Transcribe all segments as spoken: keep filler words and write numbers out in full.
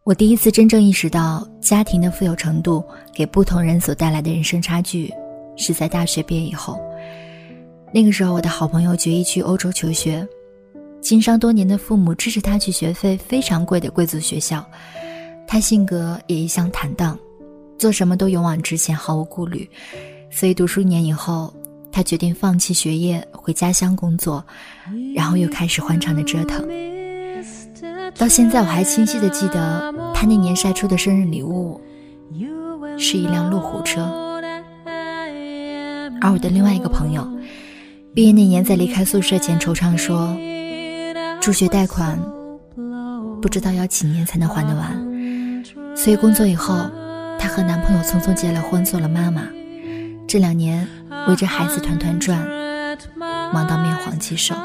我第一次真正意识到家庭的富有程度给不同人所带来的人生差距，是在大学毕业以后。那个时候我的好朋友决意去欧洲求学，经商多年的父母支持他去学费非常贵的贵族学校，他性格也一向坦荡，做什么都勇往直前，毫无顾虑。所以读书一年以后，他决定放弃学业，回家乡工作，然后又开始欢畅的折腾。到现在我还清晰地记得他那年晒出的生日礼物是一辆路虎车。而我的另外一个朋友毕业那年在离开宿舍前惆怅说，助学贷款不知道要几年才能还得完，所以工作以后她和男朋友匆匆结了婚，做了妈妈，这两年围着孩子团团转，忙到面黄肌瘦。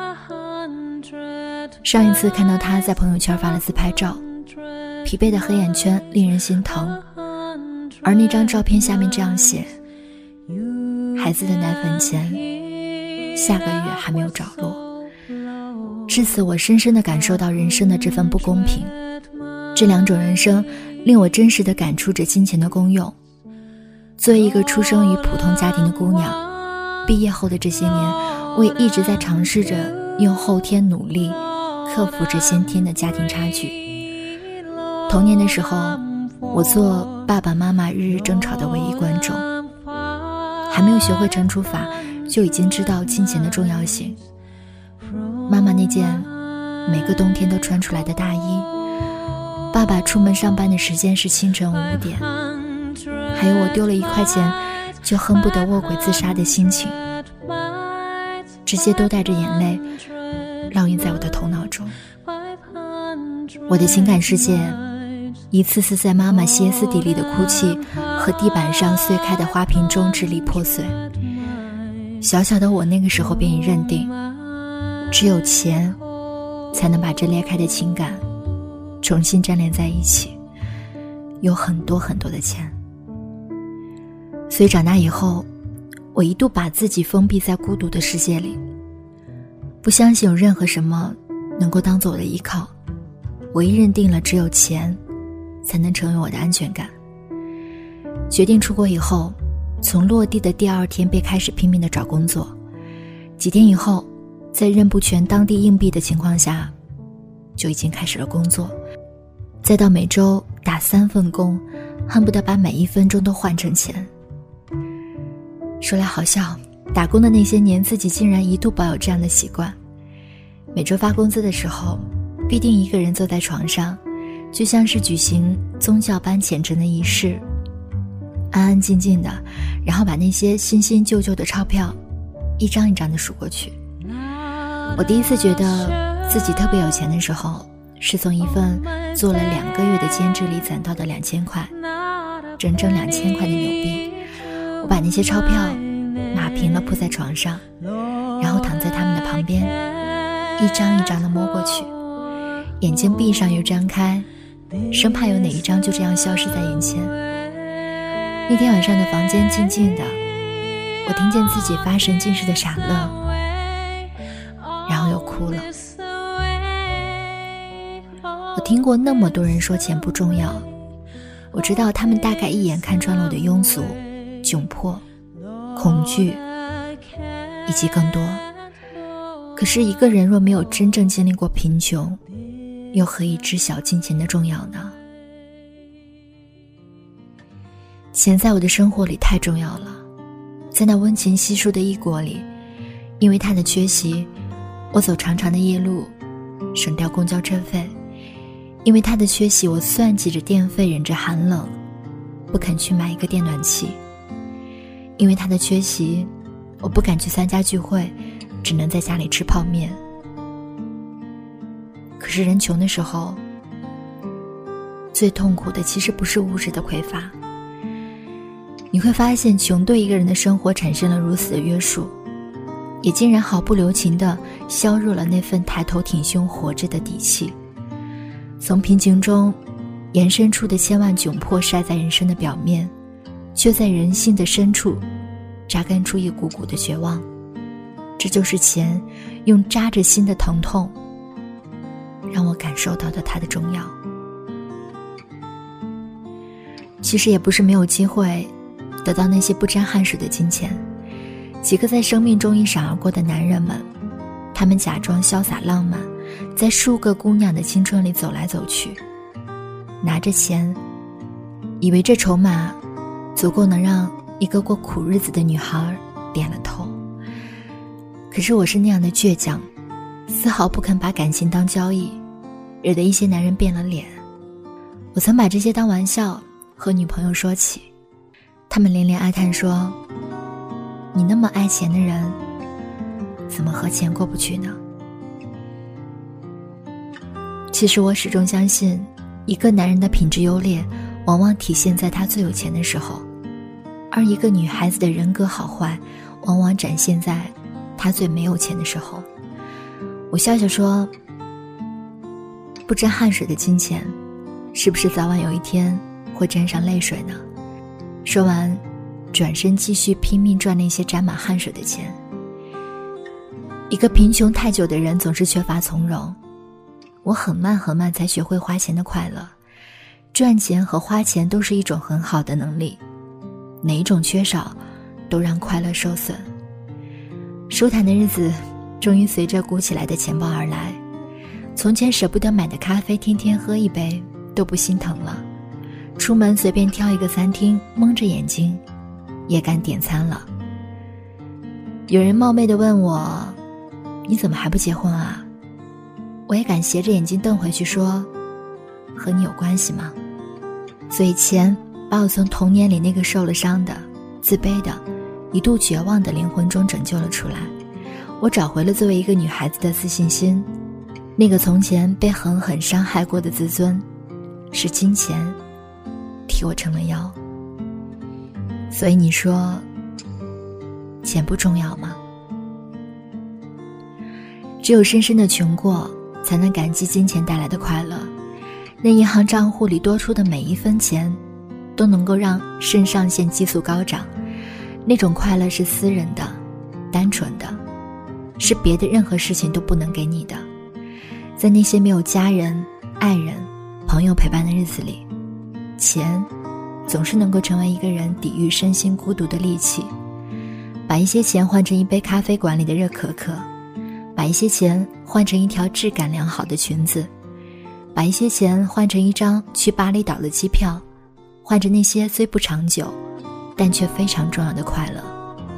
上一次看到她在朋友圈发了自拍照，疲惫的黑眼圈令人心疼，而那张照片下面这样写，孩子的奶粉钱下个月还没有着落。至此我深深地感受到人生的这份不公平，这两种人生令我真实地感触着金钱的功用。作为一个出生于普通家庭的姑娘，毕业后的这些年，我也一直在尝试着用后天努力克服着先天的家庭差距。童年的时候，我做爸爸妈妈日日争吵的唯一观众，还没有学会乘除法，就已经知道金钱的重要性。妈妈那件每个冬天都穿出来的大衣，爸爸出门上班的时间是清晨五点，还有我丢了一块钱就恨不得卧轨自杀的心情，这些都带着眼泪烙印在我的头脑中。我的情感世界一次次在妈妈歇斯底里的哭泣和地板上碎开的花瓶中支离破碎。小小的我那个时候便已认定，只有钱才能把这裂开的情感重新粘连在一起，有很多很多的钱。所以长大以后，我一度把自己封闭在孤独的世界里，不相信有任何什么能够当做我的依靠，我一认定了只有钱才能成为我的安全感。决定出国以后，从落地的第二天便开始拼命地找工作，几天以后，在认不全当地硬币的情况下，就已经开始了工作，再到每周打三份工，恨不得把每一分钟都换成钱。说来好笑，打工的那些年，自己竟然一度保有这样的习惯，每周发工资的时候，必定一个人坐在床上，就像是举行宗教般虔诚的仪式，安安静静的，然后把那些新新旧旧的钞票一张一张的数过去。我第一次觉得自己特别有钱的时候，是从一份做了两个月的兼职里攒到的两千块，整整两千块的纽币。我把那些钞票码平了铺在床上，然后躺在他们的旁边，一张一张的摸过去，眼睛闭上又张开，生怕有哪一张就这样消失在眼前。那天晚上的房间静静的，我听见自己发神经似的傻乐，然后又哭了。我听过那么多人说钱不重要，我知道他们大概一眼看穿了我的庸俗、窘迫、恐惧以及更多。可是一个人若没有真正经历过贫穷，又何以知晓金钱的重要呢？钱在我的生活里太重要了，在那温情稀疏的异国里，因为它的缺席，我走长长的夜路，省掉公交车费；因为它的缺席，我算计着电费，忍着寒冷，不肯去买一个电暖器；因为它的缺席，我不敢去参加聚会，只能在家里吃泡面。可是人穷的时候，最痛苦的其实不是物质的匮乏，你会发现穷对一个人的生活产生了如此的约束，也竟然毫不留情地削弱了那份抬头挺胸活着的底气。从贫穷中延伸出的千万窘迫晒在人生的表面，却在人性的深处扎根出一股股的绝望。这就是钱用扎着心的疼痛让我感受到的它的重要。 其实也不是没有机会得到那些不沾汗水的金钱。几个在生命中一闪而过的男人们，他们假装潇洒浪漫，在数个姑娘的青春里走来走去，拿着钱，以为这筹码足够能让一个过苦日子的女孩点了头。可是我是那样的倔强，丝毫不肯把感情当交易，惹得一些男人变了脸。我曾把这些当玩笑和女朋友说起，他们连连哀叹说，你那么爱钱的人，怎么和钱过不去呢？其实我始终相信，一个男人的品质优劣往往体现在他最有钱的时候，而一个女孩子的人格好坏往往展现在她最没有钱的时候。我笑笑说，不沾汗水的金钱，是不是早晚有一天会沾上泪水呢？说完，转身继续拼命赚那些沾满汗水的钱。一个贫穷太久的人总是缺乏从容，我很慢很慢才学会花钱的快乐。赚钱和花钱都是一种很好的能力，哪一种缺少都让快乐受损。舒坦的日子终于随着鼓起来的钱包而来，从前舍不得买的咖啡天天喝一杯都不心疼了，出门随便挑一个餐厅蒙着眼睛也敢点餐了。有人冒昧地问我，你怎么还不结婚啊？我也敢斜着眼睛瞪回去说，和你有关系吗？所以钱把我从童年里那个受了伤的、自卑的、一度绝望的灵魂中拯救了出来。我找回了作为一个女孩子的自信心，那个从前被狠狠伤害过的自尊，是金钱替我撑了腰。所以你说，钱不重要吗？只有深深的穷过，才能感激金钱带来的快乐。那银行账户里多出的每一分钱，都能够让肾上腺激素高涨。那种快乐是私人的、单纯的，是别的任何事情都不能给你的。在那些没有家人、爱人、朋友陪伴的日子里，钱总是能够成为一个人抵御身心孤独的利器。把一些钱换成一杯咖啡馆里的热可可，把一些钱换成一条质感良好的裙子，把一些钱换成一张去巴厘岛的机票，换着那些虽不长久但却非常重要的快乐。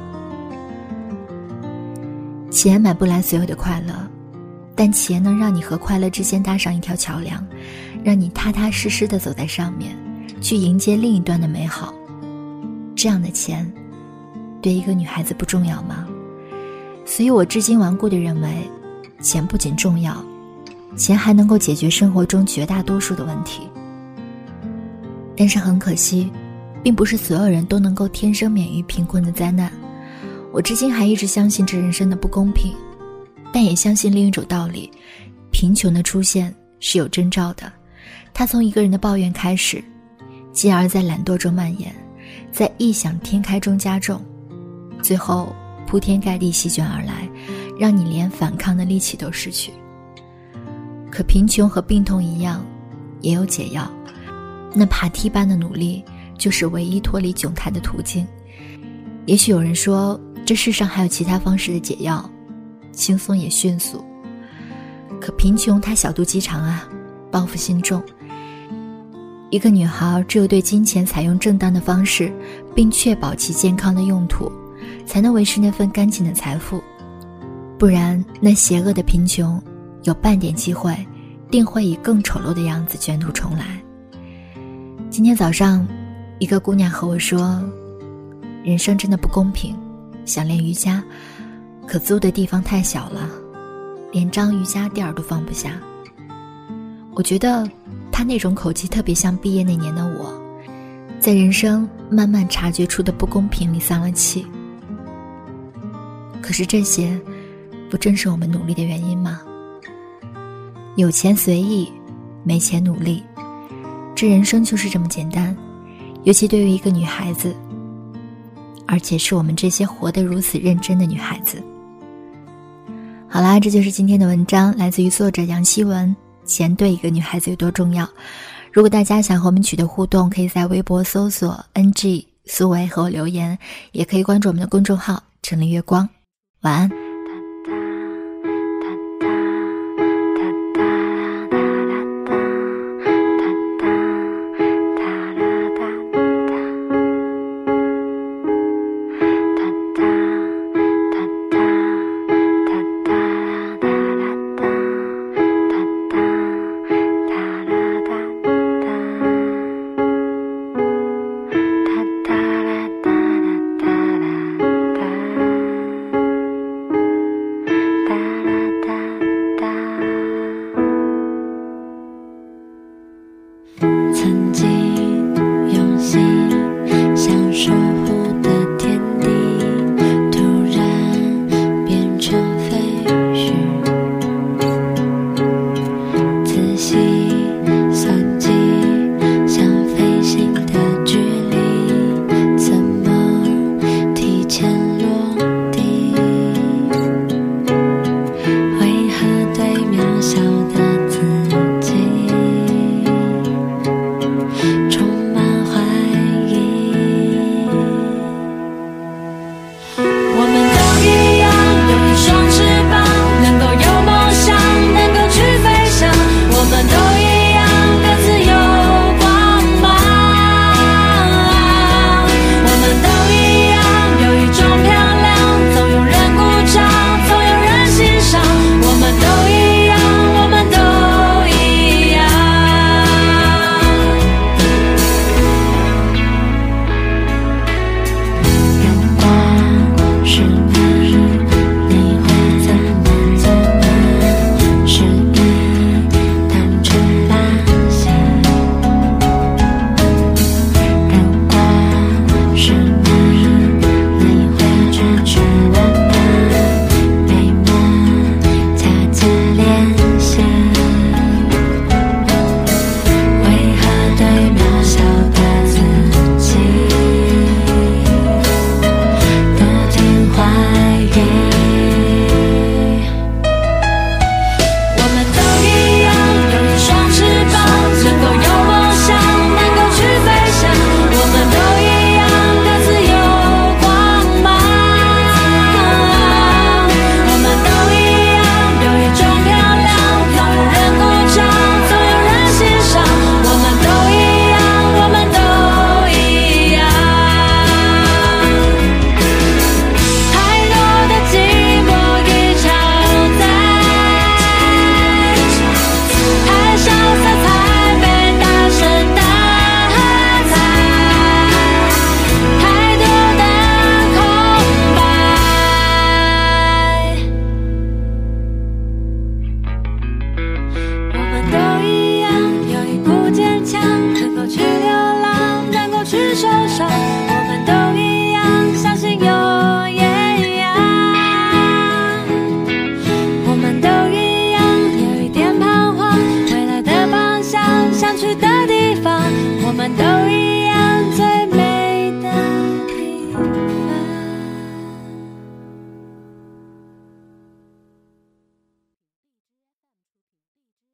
钱买不来所有的快乐，但钱能让你和快乐之间搭上一条桥梁，让你踏踏实实地走在上面，去迎接另一端的美好。这样的钱对一个女孩子不重要吗？所以我至今顽固地认为，钱不仅重要，钱还能够解决生活中绝大多数的问题。但是很可惜，并不是所有人都能够天生免于贫困的灾难。我至今还一直相信这人生的不公平，但也相信另一种道理，贫穷的出现是有征兆的。它从一个人的抱怨开始，进而在懒惰中蔓延，在异想天开中加重，最后铺天盖地席卷而来，让你连反抗的力气都失去。可贫穷和病痛一样，也有解药，那爬梯般的努力就是唯一脱离窘态的途径。也许有人说，这世上还有其他方式的解药，轻松也迅速。可贫穷它小肚鸡肠啊，报复心重。一个女孩只有对金钱采用正当的方式，并确保其健康的用途，才能维持那份干净的财富。不然那邪恶的贫穷有半点机会，定会以更丑陋的样子卷土重来。今天早上一个姑娘和我说，人生真的不公平，想练瑜伽，可租的地方太小了，连张瑜伽垫都放不下。我觉得她那种口气特别像毕业那年的我，在人生慢慢察觉出的不公平里丧了气。可是这些不正是我们努力的原因吗？有钱随意，没钱努力，这人生就是这么简单。尤其对于一个女孩子，而且是我们这些活得如此认真的女孩子。好啦，这就是今天的文章，来自于作者杨希文。钱对一个女孩子有多重要？ 如果大家想和我们取得互动，可以在微博搜索 N G 苏维和我留言，也可以关注我们的公众号城里月光。晚安。